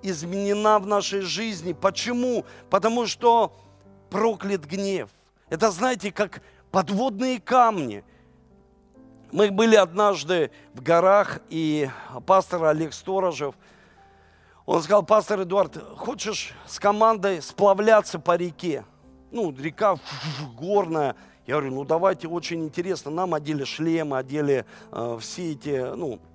изменена в нашей жизни. Почему? Потому что проклят гнев. Это, знаете, как подводные камни. Мы были однажды в горах, и пастор Олег Сторожев, он сказал: пастор Эдуард, хочешь с командой сплавляться по реке? Река горная. Я говорю, давайте, очень интересно. Нам одели шлемы, одели все эти,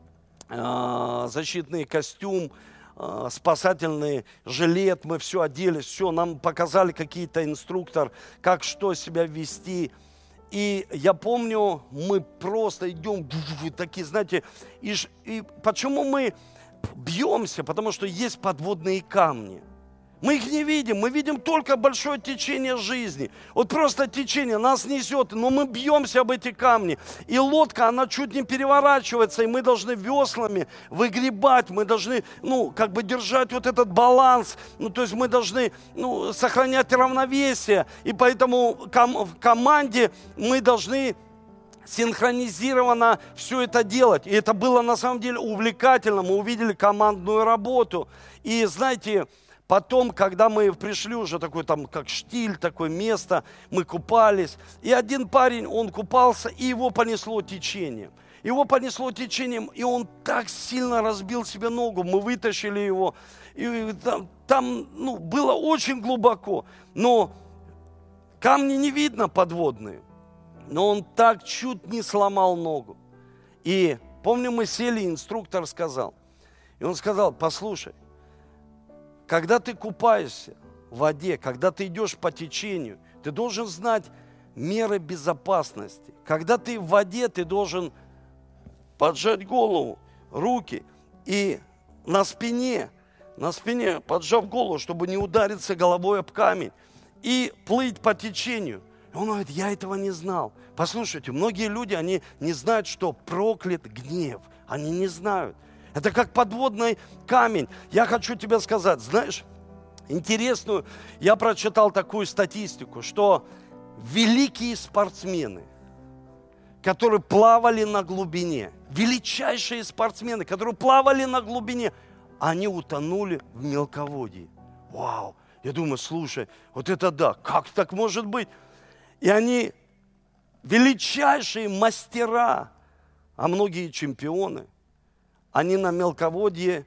защитный костюм, спасательный жилет. Мы все одели, все. Нам показали какие-то инструктор, как что себя вести. И я помню, мы просто идем такие, знаете, и почему мы бьемся? Потому что есть подводные камни. Мы их не видим, мы видим только большое течение жизни. Вот просто течение нас несет, но мы бьемся об эти камни. И лодка, она чуть не переворачивается, и мы должны веслами выгребать, мы должны, держать вот этот баланс. То есть мы должны, сохранять равновесие. И поэтому в команде мы должны синхронизированно все это делать. И это было на самом деле увлекательно. Мы увидели командную работу. И знаете, потом, когда мы пришли уже такой как штиль, такое место, мы купались. И один парень, он купался, и его понесло течением. Его понесло течением, и он так сильно разбил себе ногу. Мы вытащили его. И там было очень глубоко. Но камни не видно подводные. Но он так чуть не сломал ногу. И помню, мы сели, инструктор сказал. И он сказал: послушай, когда ты купаешься в воде, когда ты идешь по течению, ты должен знать меры безопасности. Когда ты в воде, ты должен поджать голову, руки и на спине, поджав голову, чтобы не удариться головой об камень, и плыть по течению. Он говорит: я этого не знал. Послушайте, многие люди, они не знают, что проклят гнев. Они не знают. Это как подводный камень. Я хочу тебе сказать, знаешь, интересную, я прочитал такую статистику, что великие спортсмены, которые плавали на глубине, величайшие спортсмены, которые плавали на глубине, они утонули в мелководье. Вау! Я думаю, слушай, вот это да, как так может быть? И они величайшие мастера, а многие чемпионы, они на мелководье,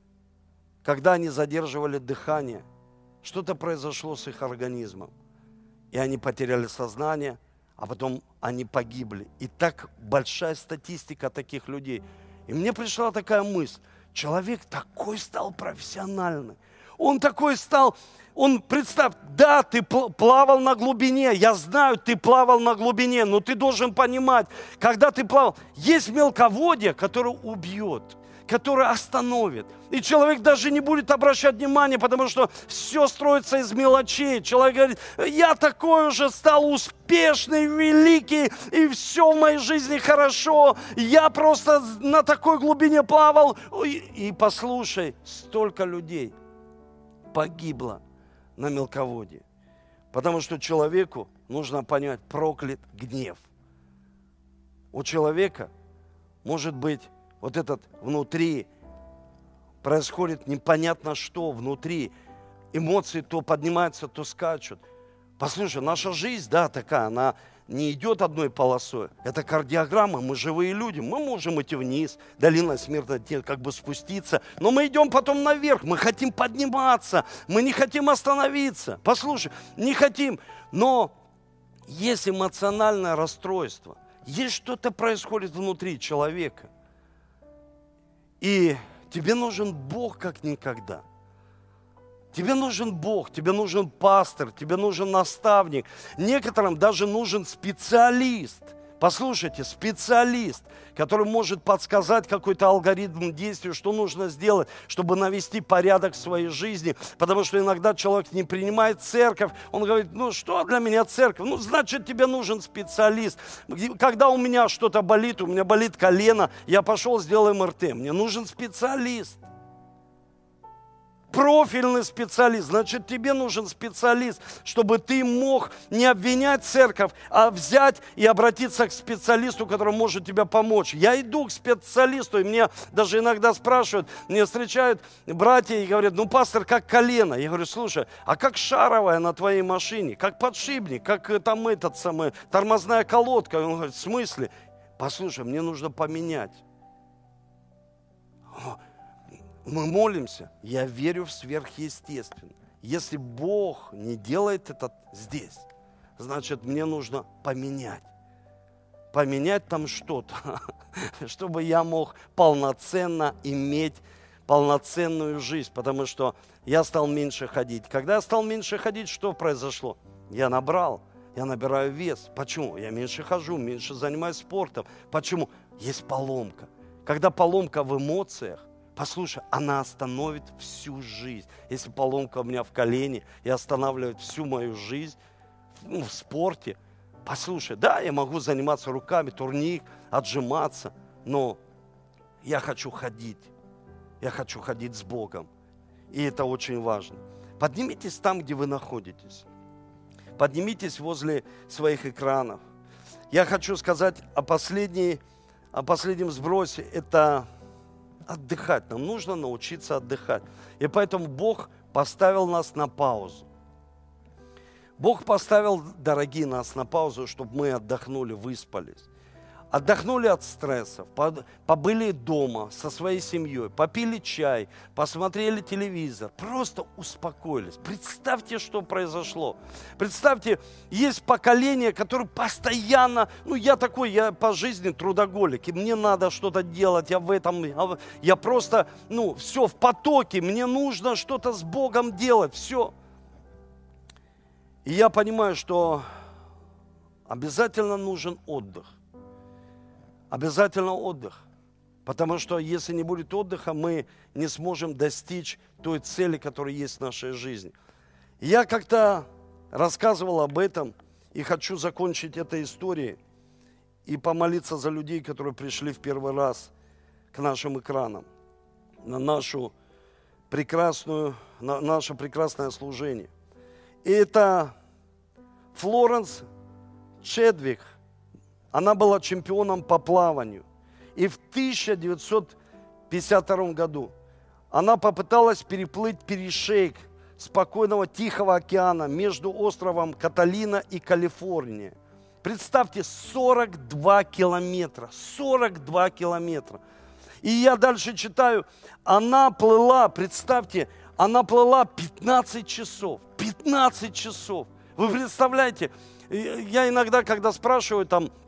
когда они задерживали дыхание, что-то произошло с их организмом. И они потеряли сознание, а потом они погибли. И так большая статистика таких людей. И мне пришла такая мысль: человек такой стал профессиональный. Он такой стал, представь, да, ты плавал на глубине, я знаю, ты плавал на глубине, но ты должен понимать, когда ты плавал, есть мелководье, которое убьет, которое остановит. И человек даже не будет обращать внимания, потому что все строится из мелочей. Человек говорит: я такой уже стал успешный, великий, и все в моей жизни хорошо. Я просто на такой глубине плавал. И послушай, столько людей погибло на мелководье. Потому что человеку нужно понять: проклят гнев. У человека может быть вот этот внутри, происходит непонятно что внутри. Эмоции то поднимаются, то скачут. Послушай, наша жизнь, да, такая, она не идет одной полосой. Это кардиограмма, мы живые люди. Мы можем идти вниз, долина смерти, спуститься. Но мы идем потом наверх, мы хотим подниматься, мы не хотим остановиться. Послушай, не хотим. Но есть эмоциональное расстройство, есть что-то происходит внутри человека. И тебе нужен Бог как никогда. Тебе нужен Бог, тебе нужен пастор, тебе нужен наставник. Некоторым даже нужен специалист. Послушайте, специалист, который может подсказать какой-то алгоритм действий, что нужно сделать, чтобы навести порядок в своей жизни. Потому что иногда человек не принимает церковь, он говорит: что для меня церковь? Значит, тебе нужен специалист. Когда у меня что-то болит, у меня болит колено, я пошел, сделал МРТ, мне нужен специалист. профильный специалист. Значит, тебе нужен специалист, чтобы ты мог не обвинять церковь, а взять и обратиться к специалисту, который может тебе помочь. Я иду к специалисту, и мне даже иногда спрашивают, мне встречают братья и говорят, ну, пастор, как колено? Я говорю, слушай, а как шаровая на твоей машине? Как подшипник? Как там тормозная колодка? Он говорит, в смысле? Послушай, мне нужно поменять. Мы молимся, я верю в сверхъестественное. Если Бог не делает это здесь, значит, мне нужно поменять. Поменять там что-то, чтобы я мог полноценно иметь полноценную жизнь, потому что я стал меньше ходить. Когда я стал меньше ходить, что произошло? Я набираю вес. Почему? Я меньше хожу, меньше занимаюсь спортом. Почему? Есть поломка. Когда поломка в эмоциях, послушай, она остановит всю жизнь. Если поломка у меня в колене и останавливает всю мою жизнь в спорте, послушай, да, я могу заниматься руками, турник, отжиматься, но я хочу ходить. Я хочу ходить с Богом. И это очень важно. Поднимитесь там, где вы находитесь. Поднимитесь возле своих экранов. Я хочу сказать о последнем сбросе. Это отдыхать. Нам нужно научиться отдыхать. И поэтому Бог поставил нас на паузу. Бог поставил, дорогие, нас на паузу, чтобы мы отдохнули, выспались. Отдохнули от стрессов, побыли дома со своей семьей, попили чай, посмотрели телевизор, просто успокоились. Представьте, что произошло. Представьте, есть поколение, которое постоянно, я по жизни трудоголик, и мне надо что-то делать, я просто, все в потоке, мне нужно что-то с Богом делать, все. И я понимаю, что обязательно нужен отдых. Обязательно отдых. Потому что если не будет отдыха, мы не сможем достичь той цели, которая есть в нашей жизни. Я как-то рассказывал об этом и хочу закончить этой историей и помолиться за людей, которые пришли в первый раз к нашим экранам, на наше прекрасное служение. И это Флоренс Чедвик. Она была чемпионом по плаванию. И в 1952 году она попыталась переплыть перешейк спокойного Тихого океана между островом Каталина и Калифорнией. Представьте, 42 километра. 42 километра. И я дальше читаю. Она плыла, представьте, она плыла 15 часов. 15 часов. Вы представляете, я иногда, когда спрашиваю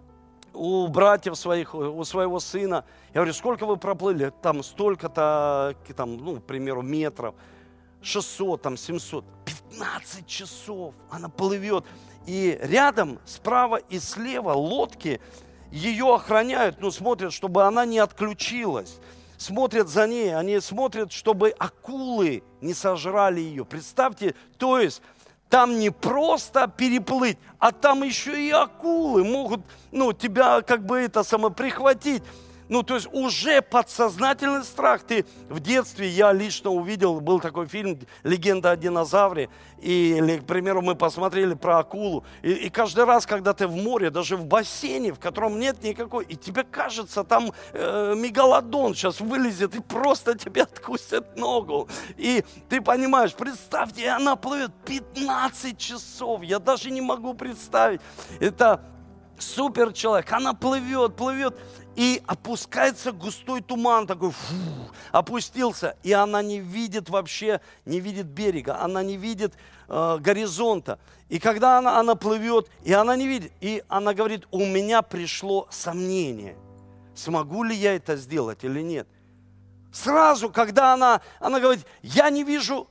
у братьев своих, у своего сына, я говорю, сколько вы проплыли? Там столько-то, к примеру, метров, 600, 700, 15 часов она плывет. И рядом, справа и слева лодки ее охраняют, смотрят, чтобы она не отключилась. Смотрят за ней, они смотрят, чтобы акулы не сожрали ее. Представьте, то есть там не просто переплыть, а там еще и акулы могут, тебя прихватить. То есть уже подсознательный страх. Ты в детстве, я лично увидел, был такой фильм «Легенда о динозавре», и, к примеру, мы посмотрели про акулу. И каждый раз, когда ты в море, даже в бассейне, в котором нет никакой, и тебе кажется, там мегалодон сейчас вылезет и просто тебе откусит ногу. И ты понимаешь, представьте, она плывет 15 часов, я даже не могу представить. Это супер человек, она плывет, и опускается густой туман, такой опустился, и она не видит берега, она не видит горизонта. И когда она плывет, и она не видит, и она говорит, у меня пришло сомнение, смогу ли я это сделать или нет. Сразу, когда она говорит, я не вижу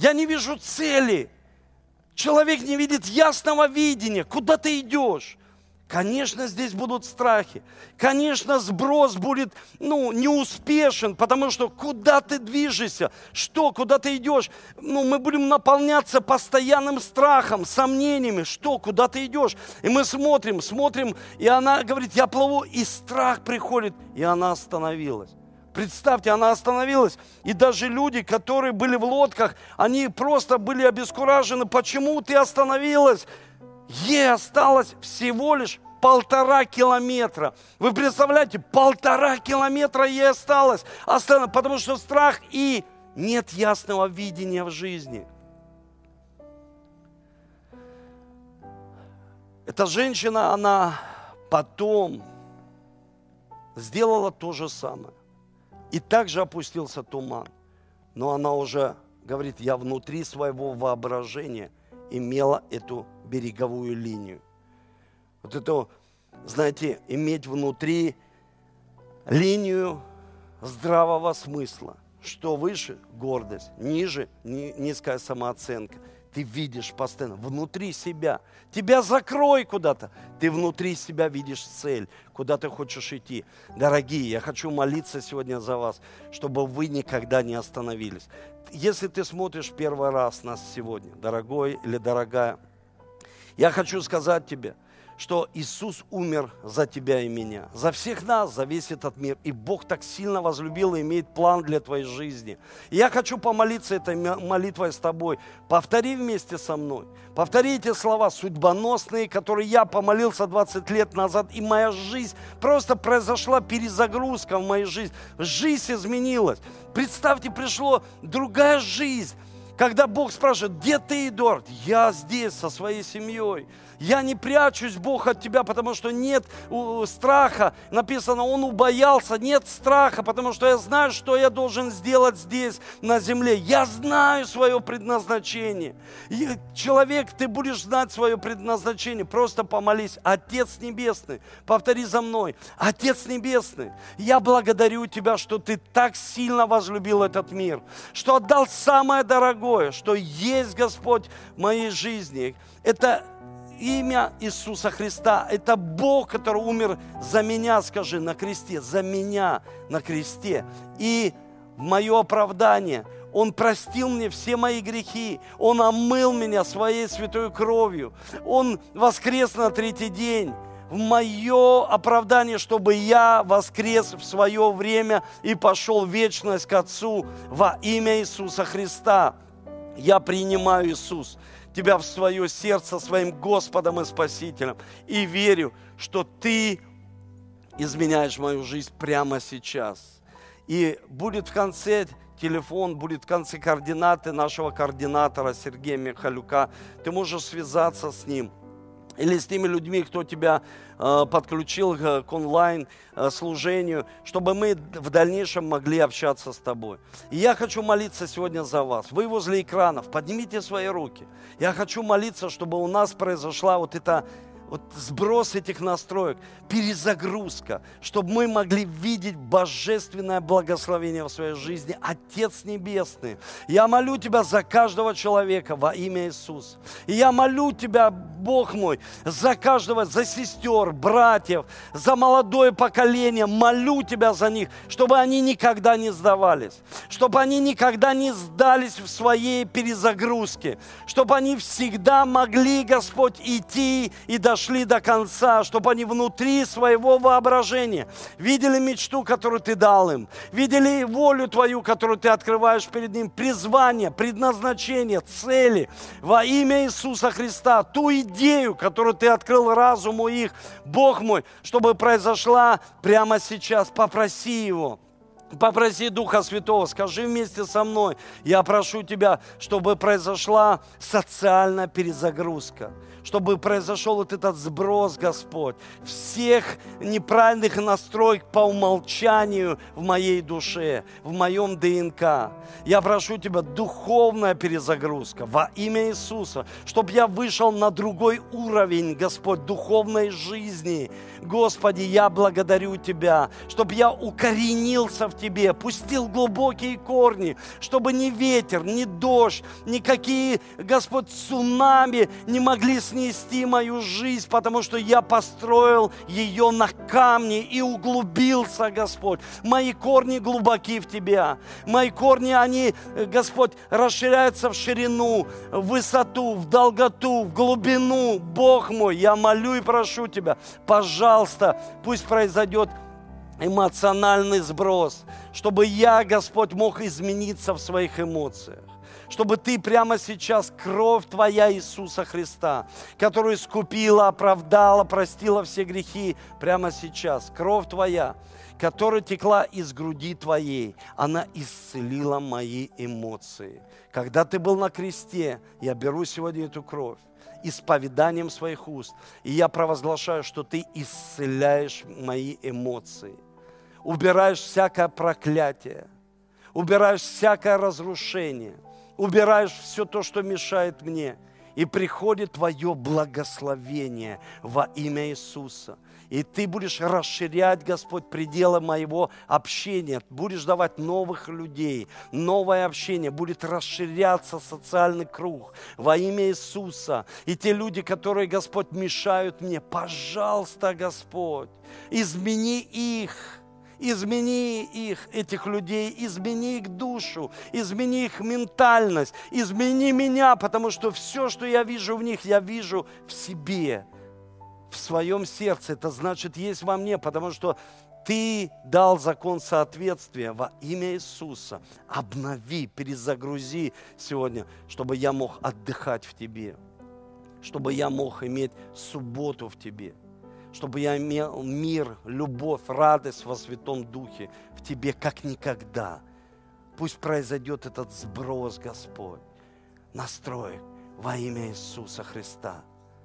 цели, человек не видит ясного видения, куда ты идешь. Конечно, здесь будут страхи. Конечно, сброс будет, неуспешен, потому что куда ты движешься, куда ты идешь, мы будем наполняться постоянным страхом, сомнениями, куда ты идешь. И мы смотрим, и она говорит, я плыву, и страх приходит, и она остановилась. Представьте, она остановилась. И даже люди, которые были в лодках, они просто были обескуражены. Почему ты остановилась? Ей осталось всего лишь 1,5 километра. Вы представляете, 1,5 километра ей осталось. Потому что страх и нет ясного видения в жизни. Эта женщина, она потом сделала то же самое. И также опустился туман. Но она уже говорит, я внутри своего воображения имела эту береговую линию. Вот это, знаете, иметь внутри линию здравого смысла. Что выше – гордость, ниже – низкая самооценка. Ты видишь постоянно внутри себя. Тебя закрой куда-то. Ты внутри себя видишь цель, куда ты хочешь идти. Дорогие, я хочу молиться сегодня за вас, чтобы вы никогда не остановились. Если ты смотришь первый раз нас сегодня, дорогой или дорогая, я хочу сказать тебе, что Иисус умер за тебя и меня, за всех нас, за весь этот мир. И Бог так сильно возлюбил и имеет план для твоей жизни. И я хочу помолиться этой молитвой с тобой. Повтори вместе со мной. Повтори эти слова судьбоносные, которые я помолился 20 лет назад. И моя жизнь, просто произошла перезагрузка в моей жизни. Жизнь изменилась. Представьте, пришла другая жизнь. Когда Бог спрашивает, где ты, Эдуард? Я здесь со своей семьей. Я не прячусь, Бог, от тебя, потому что нет страха. Написано, он убоялся, нет страха, потому что я знаю, что я должен сделать здесь, на земле. Я знаю свое предназначение. И, человек, ты будешь знать свое предназначение. Просто помолись. Отец Небесный, повтори за мной. Отец Небесный, я благодарю тебя, что ты так сильно возлюбил этот мир, что отдал самое дорогое, что есть, Господь, в моей жизни. Это имя Иисуса Христа. Это Бог, который умер за меня, скажи, на кресте. За меня на кресте. И в мое оправдание Он простил мне все мои грехи. Он омыл меня своей святой кровью. Он воскрес на третий день. В мое оправдание, чтобы я воскрес в свое время и пошел в вечность к Отцу во имя Иисуса Христа. Я принимаю, Иисус, Тебя в свое сердце своим Господом и Спасителем. И верю, что Ты изменяешь мою жизнь прямо сейчас. И будет в конце телефон, будет в конце координаты нашего координатора Сергея Михалюка. Ты можешь связаться с ним. Или с теми людьми, кто тебя подключил к онлайн-служению, чтобы мы в дальнейшем могли общаться с тобой. И я хочу молиться сегодня за вас. Вы возле экранов, поднимите свои руки. Я хочу молиться, чтобы у нас произошла вот сброс этих настроек, перезагрузка, чтобы мы могли видеть божественное благословение в своей жизни. Отец Небесный, я молю Тебя за каждого человека во имя Иисуса. И я молю Тебя, Бог мой, за каждого, за сестер, братьев, за молодое поколение. Молю Тебя за них, чтобы они никогда не сдавались, чтобы они никогда не сдались в своей перезагрузке, чтобы они всегда могли, Господь, идти и дошли до конца, чтобы они внутри своего воображения видели мечту, которую Ты дал им, видели волю Твою, которую Ты открываешь перед ним, призвание, предназначение, цели во имя Иисуса Христа, ту идею, которую Ты открыл разуму их, Бог мой, чтобы произошла прямо сейчас. Попроси Его. Попроси Духа Святого, скажи вместе со мной, я прошу Тебя, чтобы произошла социальная перезагрузка, чтобы произошел вот этот сброс, Господь, всех неправильных настроек по умолчанию в моей душе, в моем ДНК. Я прошу Тебя, духовная перезагрузка во имя Иисуса, чтобы я вышел на другой уровень, Господь, духовной жизни. Господи, я благодарю Тебя, чтобы я укоренился в Тебе, пустил глубокие корни, чтобы ни ветер, ни дождь, никакие, Господь, цунами не могли снести мою жизнь, потому что я построил ее на камне и углубился, Господь. Мои корни глубоки в Тебя. Мои корни, они, Господь, расширяются в ширину, в высоту, в долготу, в глубину. Бог мой, я молю и прошу Тебя, пожалуйста, пусть произойдет эмоциональный сброс, чтобы я, Господь, мог измениться в своих эмоциях. Чтобы Ты прямо сейчас, кровь Твоя Иисуса Христа, которую искупила, оправдала, простила все грехи, прямо сейчас, кровь Твоя, которая текла из груди Твоей, она исцелила мои эмоции. Когда Ты был на кресте, я беру сегодня эту кровь исповеданием своих уст, и я провозглашаю, что Ты исцеляешь мои эмоции, убираешь всякое проклятие, убираешь всякое разрушение, убираешь все то, что мешает мне, и приходит Твое благословение во имя Иисуса. И Ты будешь расширять, Господь, пределы моего общения, будешь давать новых людей, новое общение, будет расширяться социальный круг во имя Иисуса. И те люди, которые, Господь, мешают мне, пожалуйста, Господь, измени их. Измени их, этих людей, измени их душу, измени их ментальность, измени меня, потому что все, что я вижу в них, я вижу в себе, в своем сердце. Это значит, есть во мне, потому что Ты дал закон соответствия во имя Иисуса. Обнови, перезагрузи сегодня, чтобы я мог отдыхать в Тебе, чтобы я мог иметь субботу в Тебе, чтобы я имел мир, любовь, радость во Святом Духе в Тебе, как никогда. Пусть произойдет этот сброс, Господь, настроек во имя Иисуса Христа,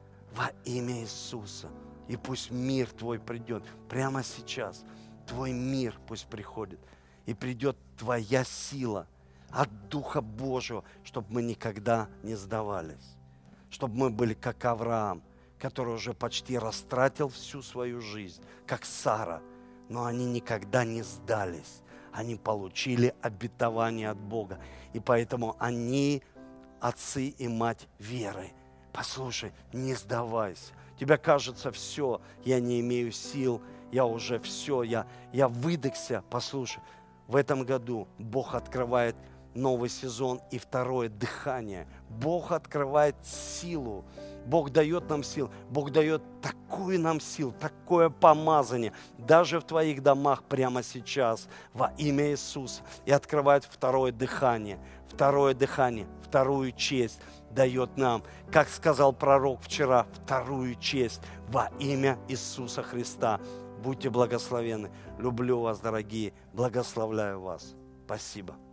во имя Иисуса. И пусть мир Твой придет прямо сейчас. Твой мир пусть приходит. И придет Твоя сила от Духа Божьего, чтобы мы никогда не сдавались. Чтобы мы были как Авраам, который уже почти растратил всю свою жизнь, как Сара, но они никогда не сдались. Они получили обетование от Бога, и поэтому они отцы и мать веры. Послушай, не сдавайся. Тебе кажется, все, я не имею сил, я уже все, я выдохся. Послушай, в этом году Бог открывает новый сезон и второе дыхание. Бог открывает силу. Бог дает нам сил. Бог дает такую нам силу, такое помазание. Даже в твоих домах прямо сейчас во имя Иисуса. И открывает второе дыхание. Второе дыхание, вторую честь дает нам. Как сказал пророк вчера, вторую честь во имя Иисуса Христа. Будьте благословенны. Люблю вас, дорогие. Благословляю вас. Спасибо.